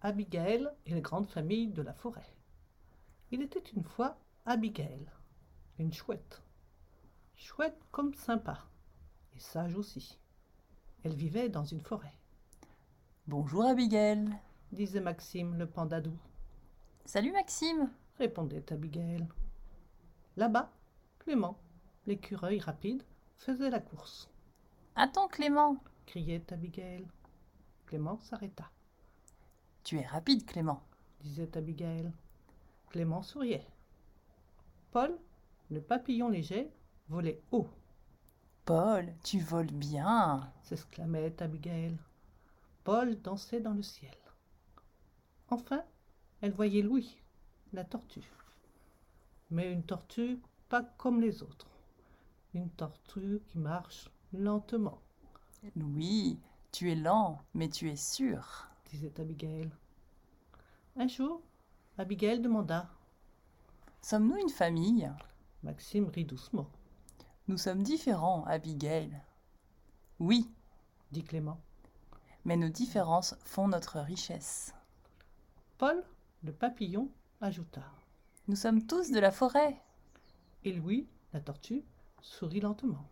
Abigail et les grandes familles de la forêt. Il était une fois Abigail, une chouette. Chouette comme sympa, et sage aussi. Elle vivait dans une forêt, Bonjour Abigail. disait Maxime le panda doux, Salut Maxime. répondait Abigail. Là-bas, Clément, l'écureuil rapide, faisait la course, Attends Clément. criait Abigail. Clément s'arrêta, Tu es rapide Clément. disait Abigail. Clément souriait. Paul, le papillon léger, volait haut, Paul, tu voles bien. s'exclamait Abigail. Paul dansait dans le ciel. Enfin, elle voyait Louis, la tortue. Mais une tortue pas comme les autres. Une tortue qui marche lentement, Louis, tu es lent, mais tu es sûr. disait Abigail. Un jour, Abigail demanda. Sommes-nous une famille? Maxime rit doucement, Nous sommes différents, Abigail. Oui, dit Clément. mais nos différences font notre richesse. Paul, le papillon, ajouta. Nous sommes tous de la forêt. Et Louis, la tortue, sourit lentement.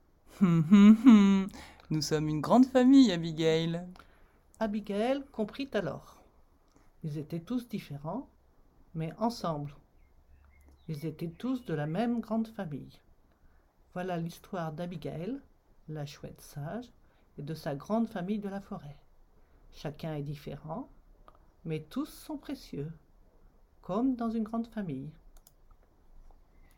Nous sommes une grande famille, Abigail. Abigail comprit alors. Ils étaient tous différents, mais ensemble. Ils étaient tous de la même grande famille. Voilà l'histoire d'Abigail, la chouette sage, et de sa grande famille de la forêt. Chacun est différent, mais tous sont précieux, comme dans une grande famille.